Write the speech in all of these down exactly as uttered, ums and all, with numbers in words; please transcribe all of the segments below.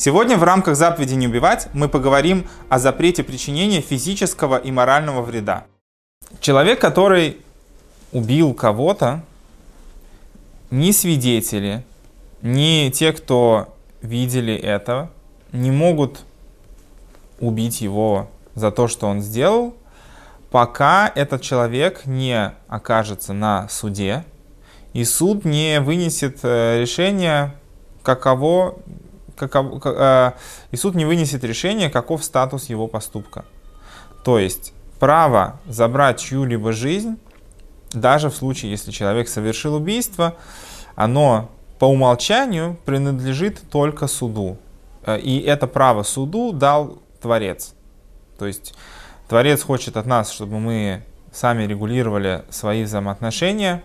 Сегодня в рамках заповеди «Не убивать» мы поговорим о запрете причинения физического и морального вреда. Человек, который убил кого-то, ни свидетели, ни те, кто видели это, не могут убить его за то, что он сделал, пока этот человек не окажется на суде, и суд не вынесет решение, каково, каково, и суд не вынесет решение, каков статус его поступка. То есть право забрать чью-либо жизнь, даже в случае, если человек совершил убийство, оно по умолчанию принадлежит только суду. И это право суду дал Творец. То есть Творец хочет от нас, чтобы мы сами регулировали свои взаимоотношения.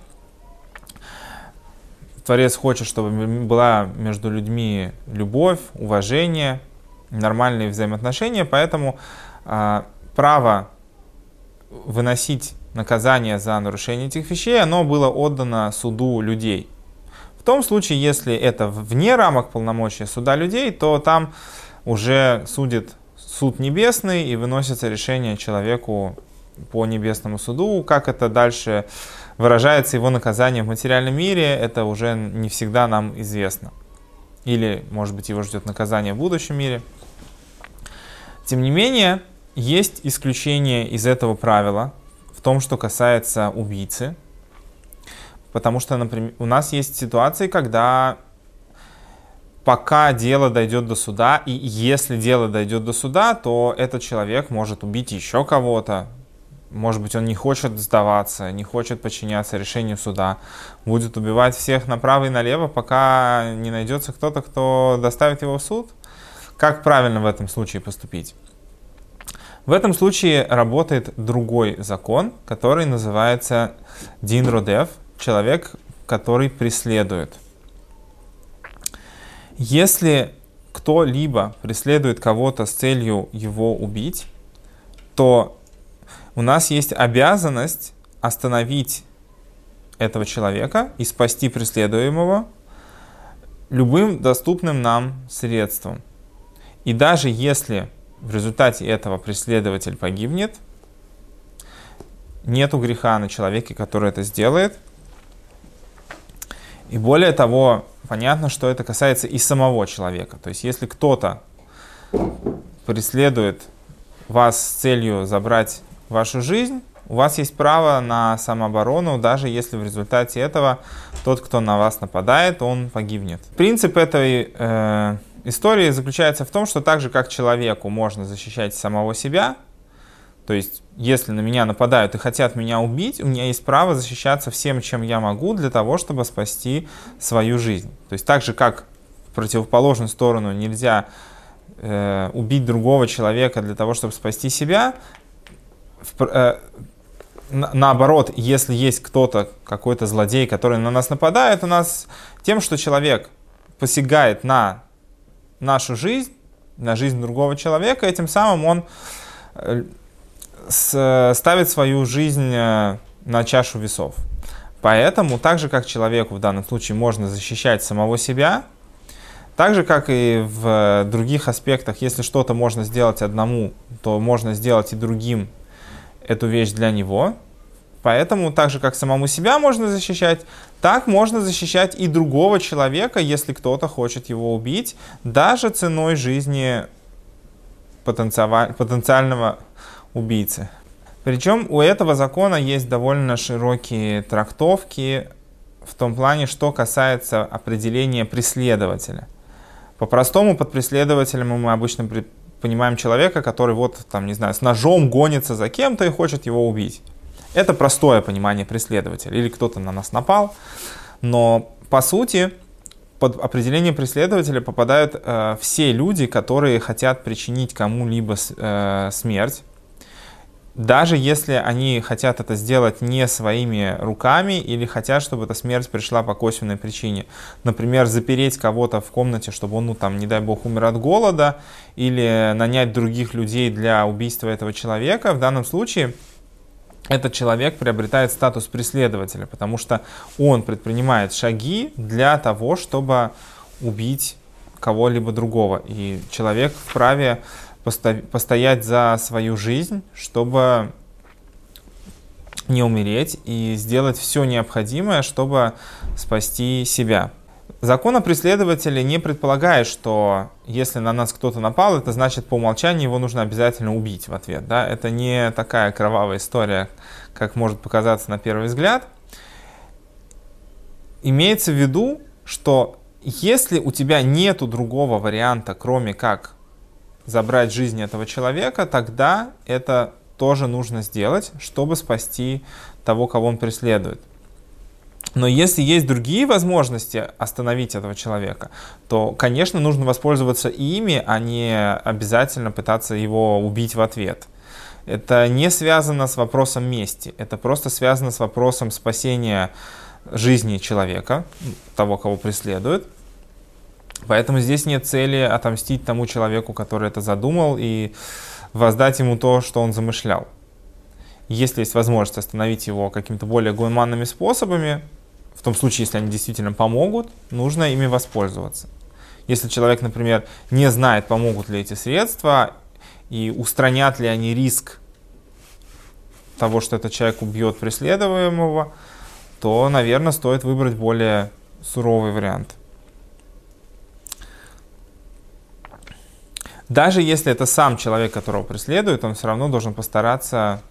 Творец хочет, чтобы была между людьми любовь, уважение, нормальные взаимоотношения. Поэтому э, право выносить наказание за нарушение этих вещей, оно было отдано суду людей. В том случае, если это вне рамок полномочия суда людей, то там уже судит суд небесный и выносится решение человеку по небесному суду. Как это дальше выражается его наказание в материальном мире, это уже не всегда нам известно. Или, может быть, его ждет наказание в будущем мире. Тем не менее, есть исключение из этого правила в том, что касается убийцы. Потому что, например, у нас есть ситуации, когда пока дело дойдет до суда, и если дело дойдет до суда, то этот человек может убить еще кого-то. Может быть, он не хочет сдаваться, не хочет подчиняться решению суда. Будет убивать всех направо и налево, пока не найдется кто-то, кто доставит его в суд. Как правильно в этом случае поступить? В этом случае работает другой закон, который называется Дин Родев, человек, который преследует. Если кто-либо преследует кого-то с целью его убить, то у нас есть обязанность остановить этого человека и спасти преследуемого любым доступным нам средством. И даже если в результате этого преследователь погибнет, нету греха на человеке, который это сделает. И более того, понятно, что это касается и самого человека. То есть, если кто-то преследует вас с целью забрать вашу жизнь, у вас есть право на самооборону, даже если в результате этого тот, кто на вас нападает, он погибнет. Принцип этой э, истории заключается в том, что так же, как человеку можно защищать самого себя, то есть, если на меня нападают и хотят меня убить, у меня есть право защищаться всем, чем я могу, для того, чтобы спасти свою жизнь. То есть, так же, как в противоположную сторону нельзя э, убить другого человека для того, чтобы спасти себя, в, э, на, наоборот, если есть кто-то, какой-то злодей, который на нас нападает, у нас тем, что человек посягает на нашу жизнь, на жизнь другого человека, этим самым он э, ставит свою жизнь на чашу весов. Поэтому, так же, как человеку в данном случае можно защищать самого себя, так же, как и в других аспектах, если что-то можно сделать одному, то можно сделать и другим эту вещь для него. Поэтому, так же, как самому себя можно защищать, так можно защищать и другого человека, если кто-то хочет его убить, даже ценой жизни потенциального убийцы. Причем у этого закона есть довольно широкие трактовки в том плане, что касается определения преследователя. По-простому под преследователем мы обычно понимаем человека, который вот, там, не знаю, с ножом гонится за кем-то и хочет его убить. Это простое понимание преследователя. Или кто-то на нас напал. Но по сути под определение преследователя попадают э, все люди, которые хотят причинить кому-либо э, смерть. Даже если они хотят это сделать не своими руками или хотят, чтобы эта смерть пришла по косвенной причине. Например, запереть кого-то в комнате, чтобы он, ну, там, не дай бог, умер от голода, или нанять других людей для убийства этого человека. В данном случае этот человек приобретает статус преследователя, потому что он предпринимает шаги для того, чтобы убить кого-либо другого. И человек вправе постоять за свою жизнь, чтобы не умереть, и сделать все необходимое, чтобы спасти себя. Закон о преследователе не предполагает, что если на нас кто-то напал, это значит по умолчанию его нужно обязательно убить в ответ. Да? Это не такая кровавая история, как может показаться на первый взгляд. Имеется в виду, что если у тебя нету другого варианта, кроме как забрать жизнь этого человека, тогда это тоже нужно сделать, чтобы спасти того, кого он преследует. Но если есть другие возможности остановить этого человека, то, конечно, нужно воспользоваться ими, а не обязательно пытаться его убить в ответ. Это не связано с вопросом мести, это просто связано с вопросом спасения жизни человека, того, кого преследуют. Поэтому здесь нет цели отомстить тому человеку, который это задумал, и воздать ему то, что он замышлял. Если есть возможность остановить его какими-то более гуманными способами, в том случае, если они действительно помогут, нужно ими воспользоваться. Если человек, например, не знает, помогут ли эти средства и устранят ли они риск того, что этот человек убьет преследуемого, то, наверное, стоит выбрать более суровый вариант. Даже если это сам человек, которого преследуют, он все равно должен постараться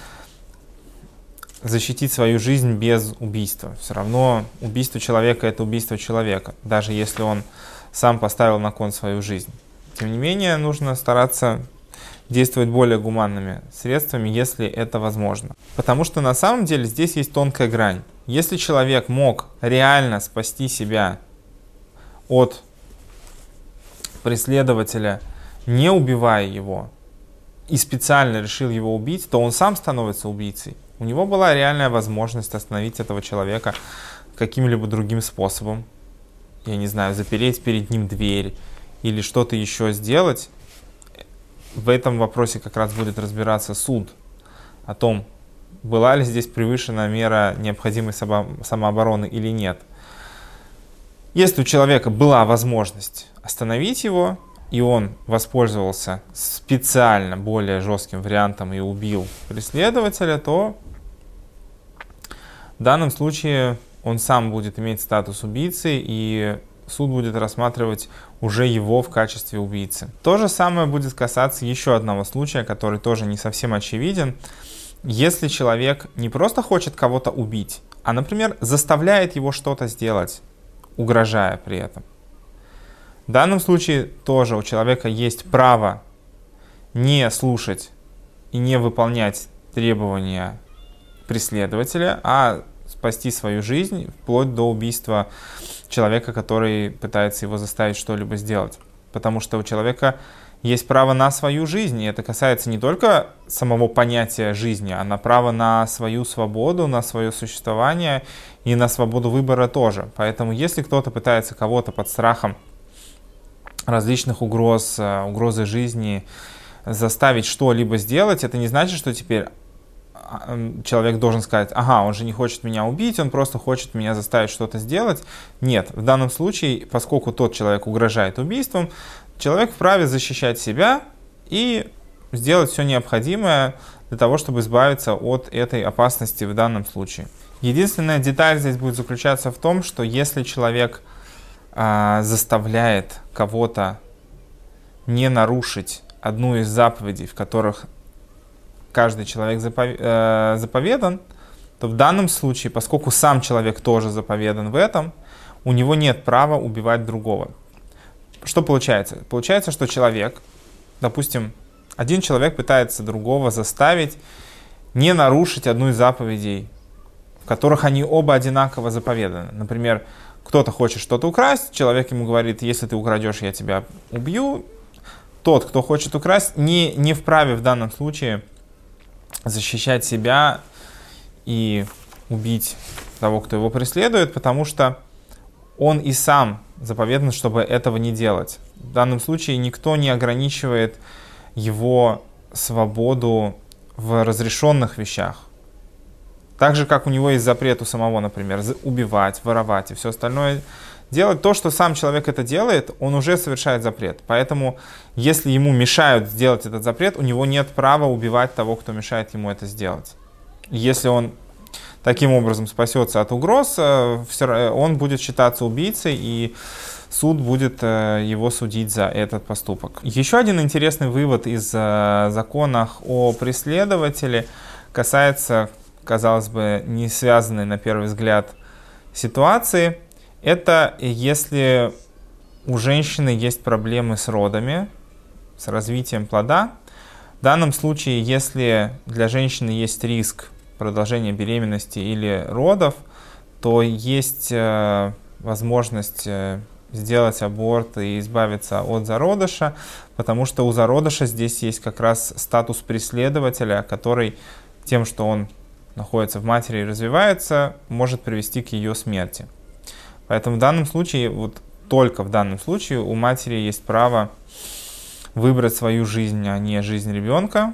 защитить свою жизнь без убийства. Все равно убийство человека — это убийство человека, даже если он сам поставил на кон свою жизнь. Тем не менее, нужно стараться действовать более гуманными средствами, если это возможно. Потому что на самом деле здесь есть тонкая грань. Если человек мог реально спасти себя от преследователя, не убивая его, и специально решил его убить, то он сам становится убийцей. У него была реальная возможность остановить этого человека каким-либо другим способом. Я не знаю, запереть перед ним дверь или что-то еще сделать. В этом вопросе как раз будет разбираться суд о том, была ли здесь превышена мера необходимой самообороны или нет. Если у человека была возможность остановить его, и он воспользовался специально более жестким вариантом и убил преследователя, то в данном случае он сам будет иметь статус убийцы, и суд будет рассматривать уже его в качестве убийцы. То же самое будет касаться еще одного случая, который тоже не совсем очевиден. Если человек не просто хочет кого-то убить, а, например, заставляет его что-то сделать, угрожая при этом. В данном случае тоже у человека есть право не слушать и не выполнять требования преследователя, а спасти свою жизнь вплоть до убийства человека, который пытается его заставить что-либо сделать. Потому что у человека есть право на свою жизнь, и это касается не только самого понятия жизни, а на право на свою свободу, на свое существование и на свободу выбора тоже. Поэтому если кто-то пытается кого-то под страхом различных угроз, угрозы жизни заставить что-либо сделать, это не значит, что теперь человек должен сказать: ага, он же не хочет меня убить, он просто хочет меня заставить что-то сделать. Нет, в данном случае, поскольку тот человек угрожает убийством, человек вправе защищать себя и сделать все необходимое для того, чтобы избавиться от этой опасности в данном случае. Единственная деталь здесь будет заключаться в том, что если человек а, заставляет кого-то не нарушить одну из заповедей, в которых каждый человек заповедан, то в данном случае, поскольку сам человек тоже заповедан в этом, у него нет права убивать другого. Что получается? Получается, что человек, допустим, один человек пытается другого заставить не нарушить одну из заповедей, в которых они оба одинаково заповеданы. Например, кто-то хочет что-то украсть, человек ему говорит: если ты украдешь, я тебя убью. Тот, кто хочет украсть, не, не вправе в данном случае защищать себя и убить того, кто его преследует, потому что он и сам заповедан, чтобы этого не делать. В данном случае никто не ограничивает его свободу в разрешенных вещах. Так же, как у него есть запрет у самого, например, убивать, воровать и все остальное делать то, что сам человек это делает, он уже совершает запрет. Поэтому, если ему мешают сделать этот запрет, у него нет права убивать того, кто мешает ему это сделать. Если он таким образом спасется от угроз, он будет считаться убийцей, и суд будет его судить за этот поступок. Еще один интересный вывод из закона о преследователе касается, казалось бы, не связанной на первый взгляд ситуации. Это если у женщины есть проблемы с родами, с развитием плода. В данном случае, если для женщины есть риск продолжения беременности или родов, то есть э, возможность э, сделать аборт и избавиться от зародыша, потому что у зародыша здесь есть как раз статус преследователя, который тем, что он находится в матери и развивается, может привести к ее смерти. Поэтому в данном случае, вот только в данном случае у матери есть право выбрать свою жизнь, а не жизнь ребенка,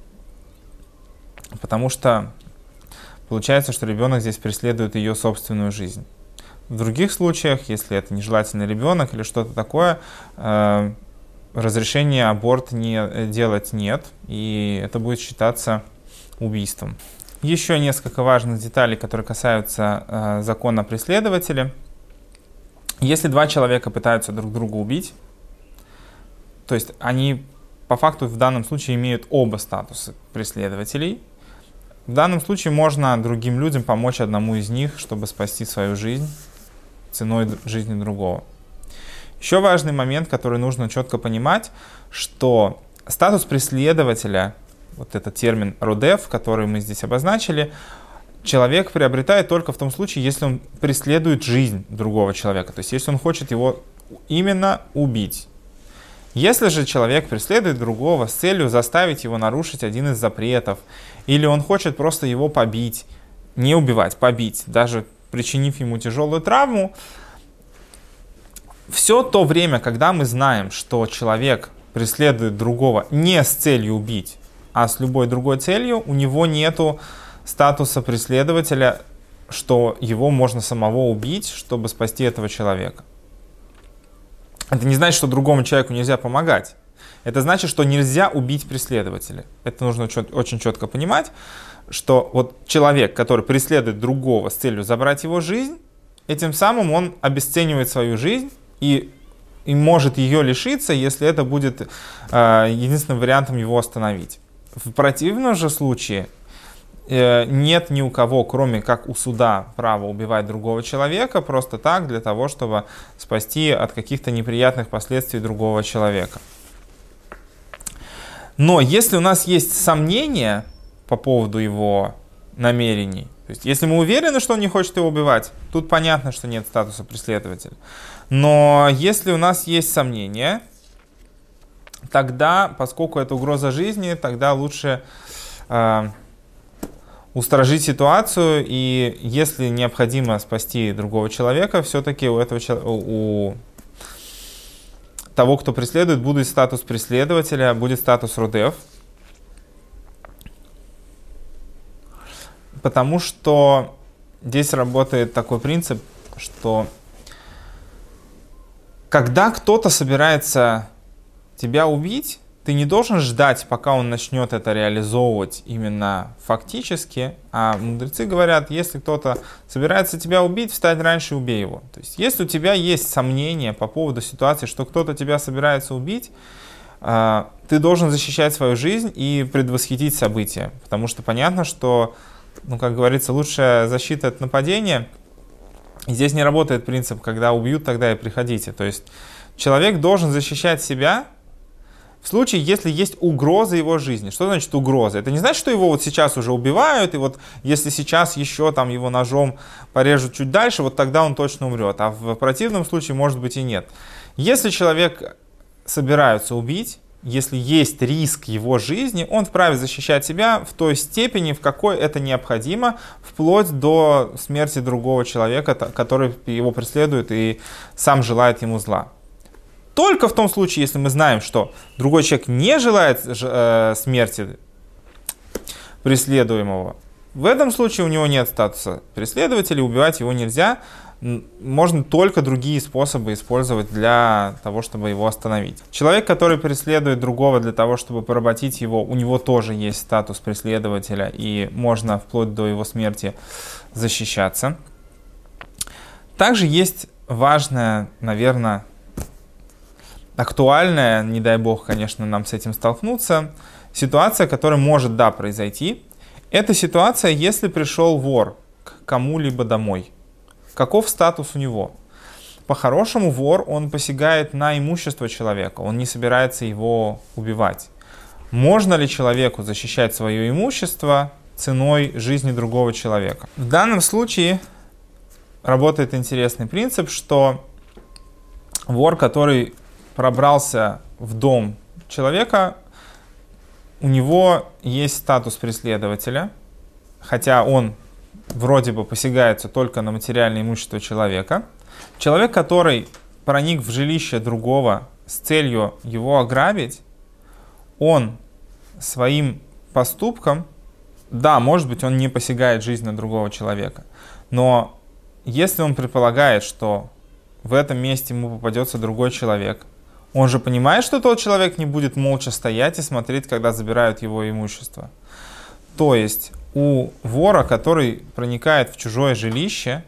потому что получается, что ребенок здесь преследует ее собственную жизнь. В других случаях, если это нежелательный ребенок или что-то такое, э, разрешения аборт не делать нет, и это будет считаться убийством. Еще несколько важных деталей, которые касаются э, закона о преследователе. Если два человека пытаются друг друга убить, то есть они по факту в данном случае имеют оба статуса преследователей, в данном случае можно другим людям помочь одному из них, чтобы спасти свою жизнь ценой жизни другого. Еще важный момент, который нужно четко понимать, что статус преследователя, вот этот термин «родев», который мы здесь обозначили, человек приобретает только в том случае, если он преследует жизнь другого человека, то есть если он хочет его именно убить. Если же человек преследует другого с целью заставить его нарушить один из запретов, или он хочет просто его побить, не убивать, побить, даже причинив ему тяжелую травму, все то время, когда мы знаем, что человек преследует другого не с целью убить, а с любой другой целью, у него нету статуса преследователя, что его можно самого убить, чтобы спасти этого человека. Это не значит, что другому человеку нельзя помогать. Это значит, что нельзя убить преследователя. Это нужно чет- очень четко понимать, что вот человек, который преследует другого с целью забрать его жизнь, этим самым он обесценивает свою жизнь и, и может ее лишиться, если это будет э, единственным вариантом его остановить. В противном же случае э, нет ни у кого, кроме как у суда, права убивать другого человека просто так, для того, чтобы спасти от каких-то неприятных последствий другого человека. Но если у нас есть сомнения по поводу его намерений, то есть если мы уверены, что он не хочет его убивать, тут понятно, что нет статуса преследователя. Но если у нас есть сомнения, тогда, поскольку это угроза жизни, тогда лучше э, устражить ситуацию, и если необходимо спасти другого человека, все-таки у этого у того, кто преследует, будет статус преследователя, будет статус родев. Потому что здесь работает такой принцип, что когда кто-то собирается тебя убить, ты не должен ждать, пока он начнет это реализовывать именно фактически, а мудрецы говорят, если кто-то собирается тебя убить, встань раньше и убей его. То есть, если у тебя есть сомнения по поводу ситуации, что кто-то тебя собирается убить, ты должен защищать свою жизнь и предвосхитить события, потому что понятно, что, ну, как говорится, лучшая защита от нападения. И здесь не работает принцип, когда убьют, тогда и приходите. То есть, человек должен защищать себя в случае, если есть угроза его жизни. Что значит угроза? Это не значит, что его вот сейчас уже убивают, и вот если сейчас еще там его ножом порежут чуть дальше, вот тогда он точно умрет. А в противном случае, может быть, и нет. Если человек собираются убить, если есть риск его жизни, он вправе защищать себя в той степени, в какой это необходимо, вплоть до смерти другого человека, который его преследует и сам желает ему зла. Только в том случае, если мы знаем, что другой человек не желает э, смерти преследуемого, В этом случае у него нет статуса преследователя, убивать его нельзя. Можно только другие способы использовать для того, чтобы его остановить. Человек, который преследует другого для того, чтобы поработить его, у него тоже есть статус преследователя, и можно вплоть до его смерти защищаться. Также есть важная, наверное, актуальная, не дай бог, конечно, нам с этим столкнуться, ситуация, которая может, да, произойти. Это ситуация, если пришел вор к кому-либо домой. Каков статус у него? По-хорошему, вор, он посягает на имущество человека, он не собирается его убивать. Можно ли человеку защищать свое имущество ценой жизни другого человека? В данном случае работает интересный принцип, что вор, который пробрался в дом человека, у него есть статус преследователя, хотя он вроде бы посягается только на материальное имущество человека. Человек, который проник в жилище другого с целью его ограбить, он своим поступком, да, может быть, он не посягает жизнь на другого человека, но если он предполагает, что в этом месте ему попадется другой человек, он же понимает, что тот человек не будет молча стоять и смотреть, когда забирают его имущество. То есть у вора, который проникает в чужое жилище,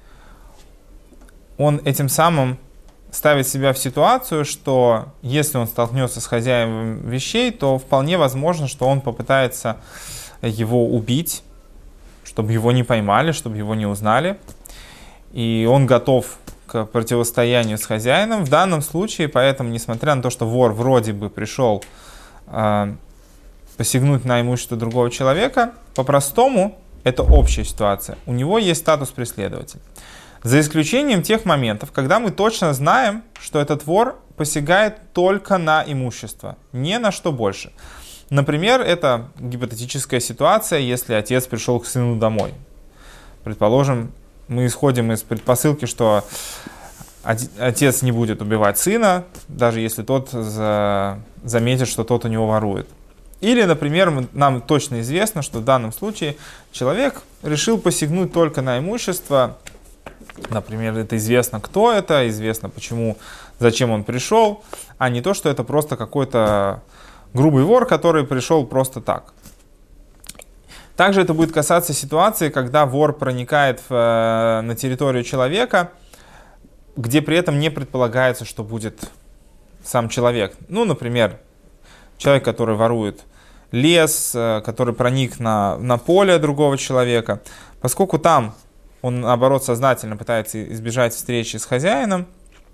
он этим самым ставит себя в ситуацию, что если он столкнется с хозяином вещей, то вполне возможно, что он попытается его убить, чтобы его не поймали, чтобы его не узнали. И он готов к противостоянию с хозяином. В данном случае, поэтому, несмотря на то, что вор вроде бы пришел э, посягнуть на имущество другого человека, по-простому это общая ситуация. У него есть статус преследователя. За исключением тех моментов, когда мы точно знаем, что этот вор посягает только на имущество, не на что больше. Например, это гипотетическая ситуация, если отец пришел к сыну домой. Предположим, мы исходим из предпосылки, что отец не будет убивать сына, даже если тот за... заметит, что тот у него ворует. Или, например, нам точно известно, что в данном случае человек решил посягнуть только на имущество. Например, это известно, кто это, известно, почему, зачем он пришел, а не то, что это просто какой-то грубый вор, который пришел просто так. Также это будет касаться ситуации, когда вор проникает в, на территорию человека, где при этом не предполагается, что будет сам человек. Ну, например, человек, который ворует лес, который проник на, на поле другого человека. Поскольку там он, наоборот, сознательно пытается избежать встречи с хозяином,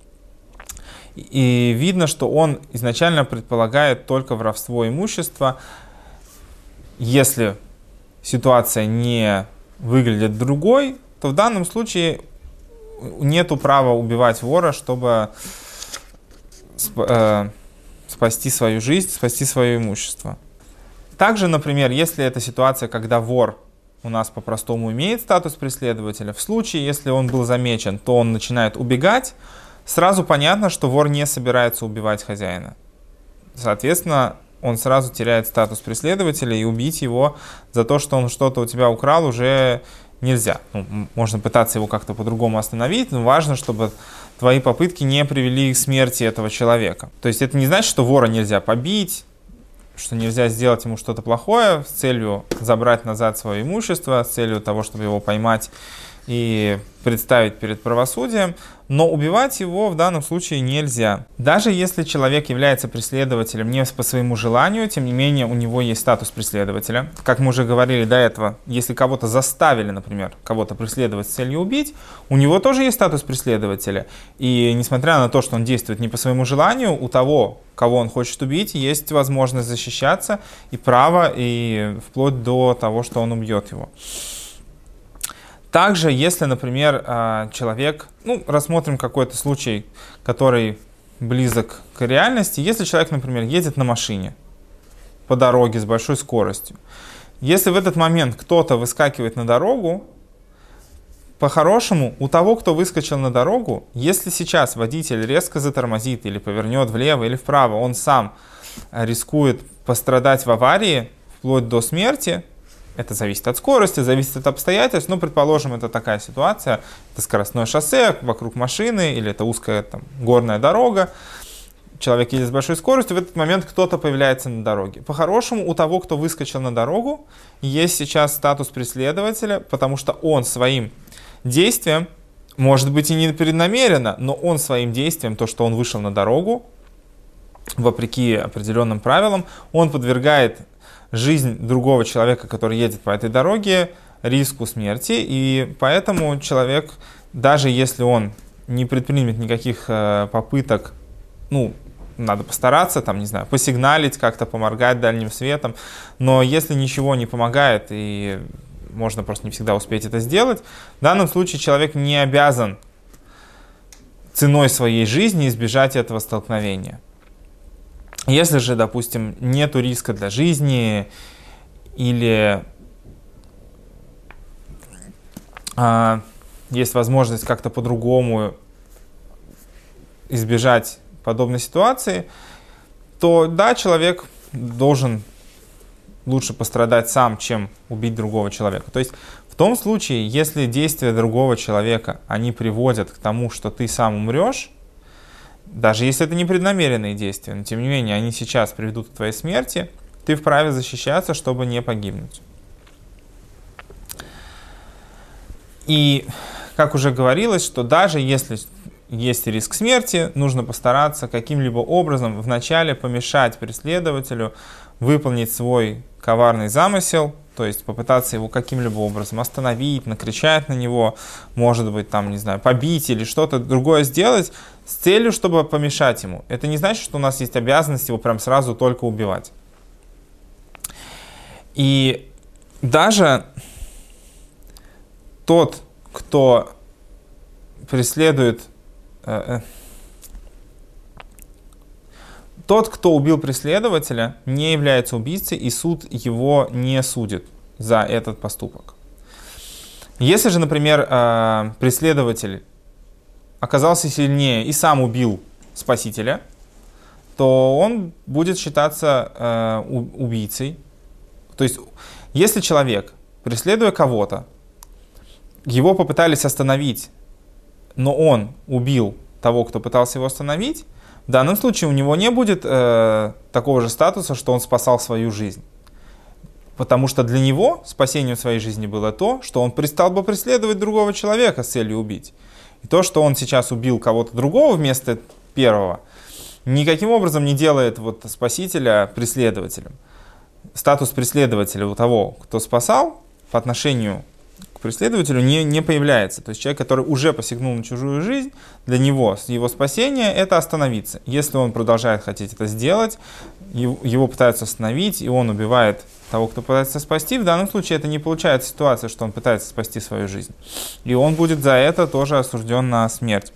и видно, что он изначально предполагает только воровство имущества. Если ситуация не выглядит другой, то в данном случае нету права убивать вора, чтобы э, спасти свою жизнь, спасти свое имущество. Также, например, если это ситуация, когда вор у нас по-простому имеет статус преследователя, в случае, если он был замечен, то он начинает убегать, сразу понятно, что вор не собирается убивать хозяина. Соответственно, он сразу теряет статус преследователя, и убить его за то, что он что-то у тебя украл, уже нельзя. Ну, можно пытаться его как-то по-другому остановить, но важно, чтобы твои попытки не привели к смерти этого человека. То есть это не значит, что вора нельзя побить, что нельзя сделать ему что-то плохое с целью забрать назад свое имущество, с целью того, чтобы его поймать и представить перед правосудием, но убивать его в данном случае нельзя. Даже если человек является преследователем не по своему желанию, тем не менее у него есть статус преследователя. Как мы уже говорили до этого, если кого-то заставили, например, кого-то преследовать с целью убить, у него тоже есть статус преследователя. И несмотря на то, что он действует не по своему желанию, у того, кого он хочет убить, есть возможность защищаться и право, и вплоть до того, что он убьет его. Также, если, например, человек, ну, рассмотрим какой-то случай, который близок к реальности. Если человек, например, едет на машине по дороге с большой скоростью, если в этот момент кто-то выскакивает на дорогу, по-хорошему, у того, кто выскочил на дорогу, если сейчас водитель резко затормозит или повернет влево или вправо, он сам рискует пострадать в аварии вплоть до смерти, Это зависит от скорости, зависит от обстоятельств. Ну, предположим, это такая ситуация. Это скоростное шоссе, вокруг машины, или это узкая там, горная дорога. Человек едет с большой скоростью, в этот момент кто-то появляется на дороге. По-хорошему, у того, кто выскочил на дорогу, есть сейчас статус преследователя, потому что он своим действием, может быть и не преднамеренно, но он своим действием, то, что он вышел на дорогу, вопреки определенным правилам, он подвергает жизнь другого человека, который едет по этой дороге, риску смерти, и поэтому человек, даже если он не предпримет никаких э, попыток, ну, надо постараться, там, не знаю, посигналить, как-то поморгать дальним светом, но если ничего не помогает, и можно просто не всегда успеть это сделать, в данном случае человек не обязан ценой своей жизни избежать этого столкновения. Если же, допустим, нет риска для жизни или а, есть возможность как-то по-другому избежать подобной ситуации, то да, человек должен лучше пострадать сам, чем убить другого человека. То есть в том случае, если действия другого человека, они приводят к тому, что ты сам умрешь, даже если это непреднамеренные действия, но тем не менее они сейчас приведут к твоей смерти, ты вправе защищаться, чтобы не погибнуть. И, как уже говорилось, что даже если есть риск смерти, нужно постараться каким-либо образом вначале помешать преследователю выполнить свой коварный замысел, то есть попытаться его каким-либо образом остановить, накричать на него, может быть, там, не знаю, побить или что-то другое сделать с целью, чтобы помешать ему. Это не значит, что у нас есть обязанность его прям сразу только убивать. И даже тот, кто преследует э, Тот, кто убил преследователя, не является убийцей, и суд его не судит за этот поступок. Если же, например, преследователь оказался сильнее и сам убил спасителя, то он будет считаться убийцей. То есть, если человек, преследуя кого-то, его попытались остановить, но он убил того, кто пытался его остановить, в данном случае у него не будет э, такого же статуса, что он спасал свою жизнь. Потому что для него спасением своей жизни было то, что он перестал бы преследовать другого человека с целью убить. И то, что он сейчас убил кого-то другого вместо первого, никаким образом не делает вот спасителя преследователем. Статус преследователя у того, кто спасал, по отношению к преследователю не, не появляется. То есть человек, который уже посягнул на чужую жизнь, для него его спасение — это остановиться. Если он продолжает хотеть это сделать, его пытаются остановить, и он убивает того, кто пытается спасти, в данном случае это не получается ситуация, что он пытается спасти свою жизнь. И он будет за это тоже осужден на смерть.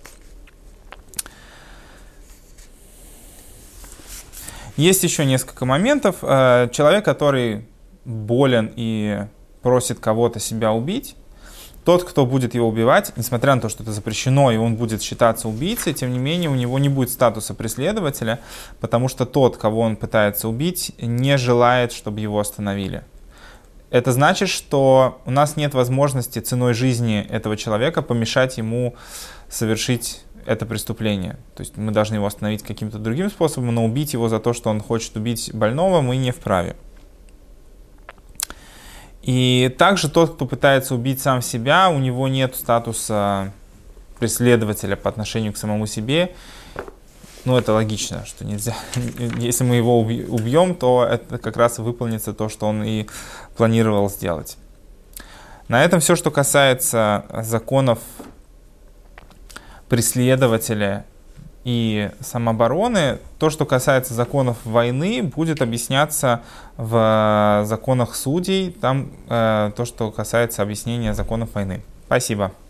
Есть еще несколько моментов. Человек, который болен и просит кого-то себя убить, тот, кто будет его убивать, несмотря на то, что это запрещено, и он будет считаться убийцей, тем не менее у него не будет статуса преследователя, потому что тот, кого он пытается убить, не желает, чтобы его остановили. Это значит, что у нас нет возможности ценой жизни этого человека помешать ему совершить это преступление. То есть мы должны его остановить каким-то другим способом, но убить его за то, что он хочет убить больного, мы не вправе. И также тот, кто пытается убить сам себя, у него нет статуса преследователя по отношению к самому себе. Ну, это логично, что нельзя. Если мы его убьем, то это как раз и выполнится то, что он и планировал сделать. На этом все, что касается законов преследователя и самообороны. То, что касается законов войны, будет объясняться в законах судей, там э, то, что касается объяснения законов войны. Спасибо.